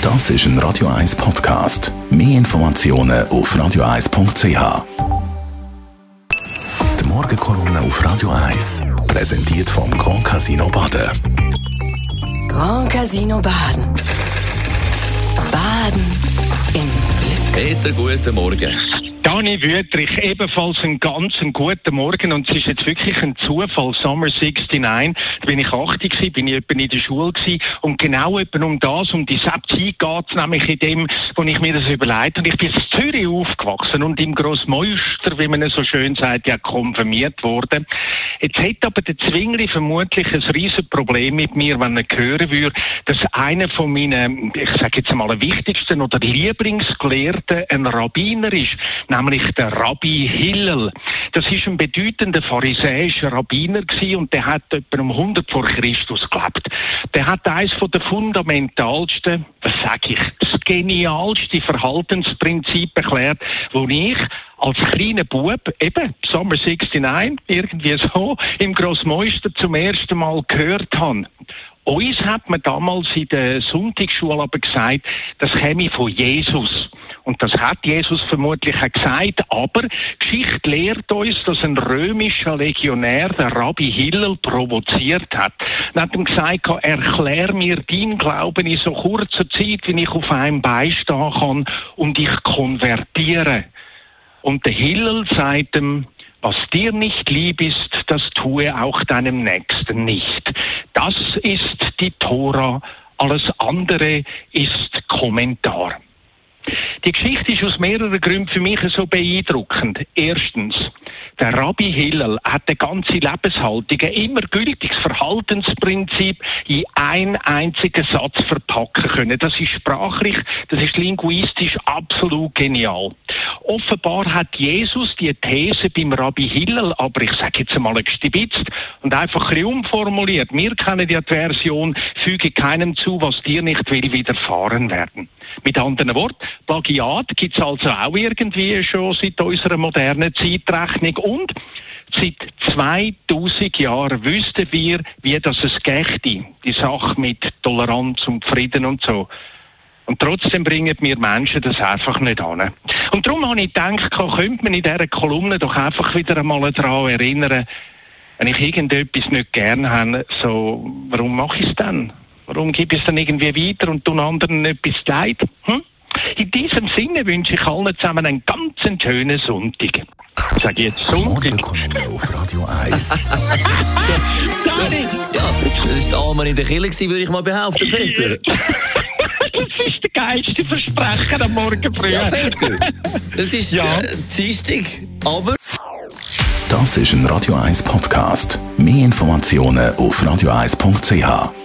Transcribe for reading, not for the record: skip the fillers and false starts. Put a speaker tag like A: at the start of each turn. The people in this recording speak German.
A: Das ist ein Radio 1 Podcast. Mehr Informationen auf radio1.ch. Die Morgenkolumne auf Radio 1 präsentiert vom Grand Casino Baden.
B: Grand Casino Baden. Baden im Glück.
C: Peter, guten Morgen.
D: Dani Wüttrich, ebenfalls einen ganz guten Morgen, und es ist jetzt wirklich ein Zufall, Summer 69, da bin ich 80 gewesen, bin ich etwa in der Schule gewesen, und genau etwa um diese Zeit geht es nämlich in dem, wo ich mir das überlegt habe. Ich bin in Zürich aufgewachsen und im Grossmeuster, wie man so schön sagt, ja konfirmiert worden. Jetzt hätte aber der Zwingli vermutlich ein riesen Problem mit mir, wenn er hören würde, dass einer von meinen, ich sage jetzt mal, wichtigsten oder Lieblingsgelehrten ein Rabbiner ist, nämlich der Rabbi Hillel. Das ist ein bedeutender pharisäischer Rabbiner gewesen, und der hat etwa um 100 vor Christus gelebt. Der hat eines von der fundamentalsten, das genialste Verhaltensprinzip erklärt, wo ich als kleiner Bub, eben Summer 69, irgendwie so, im Grossmeuster zum ersten Mal gehört habe. Uns hat man damals in der Sonntagsschule aber gesagt, das käme von Jesus. Und das hat Jesus vermutlich auch gesagt, aber Geschichte lehrt uns, dass ein römischer Legionär, der Rabbi Hillel, provoziert hat. Er hat ihm gesagt, erklär mir deinen Glauben in so kurzer Zeit, wie ich auf einem Bein stehen kann, und ich konvertiere. Und der Hillel sagt ihm, was dir nicht lieb ist, das tue auch deinem Nächsten nicht. Das ist die Tora, alles andere ist Kommentar. Die Geschichte ist aus mehreren Gründen für mich so beeindruckend. Erstens, der Rabbi Hillel hat eine ganze Lebenshaltung, ein immer gültiges Verhaltensprinzip in einen einzigen Satz verpacken können. Das ist sprachlich, das ist linguistisch absolut genial. Offenbar hat Jesus die These beim Rabbi Hillel, aber ich sage jetzt einmal gestibitzt und einfach ein bisschen umformuliert. Wir kennen die Version, füge keinem zu, was dir nicht will widerfahren werden. Mit anderen Worten, Plagiat gibt es also auch irgendwie schon seit unserer modernen Zeitrechnung, und seit 2000 Jahren wüssten wir, wie das es gächte, die Sache mit Toleranz und Frieden und so. Und trotzdem bringen wir Menschen das einfach nicht an. Und darum habe ich gedacht, könnte man in dieser Kolumne doch einfach wieder einmal daran erinnern, wenn ich irgendetwas nicht gerne habe, so, warum mache ich es dann? Warum gebe ich es dann irgendwie weiter und tun anderen etwas leid? In diesem Sinne wünsche ich allen zusammen einen ganz schönen Sonntag. Ich sage jetzt Sonntag.
A: Morgenkolumne auf Radio 1.
C: Ja, das war einmal in der Kirche, würde ich mal behaupten, Peter.
D: Das ist der geilste Versprecher am Morgen früh.
C: Ja, Peter. Das ist Dienstag, aber...
A: Das ist ein Radio 1 Podcast. Mehr Informationen auf radio1.ch.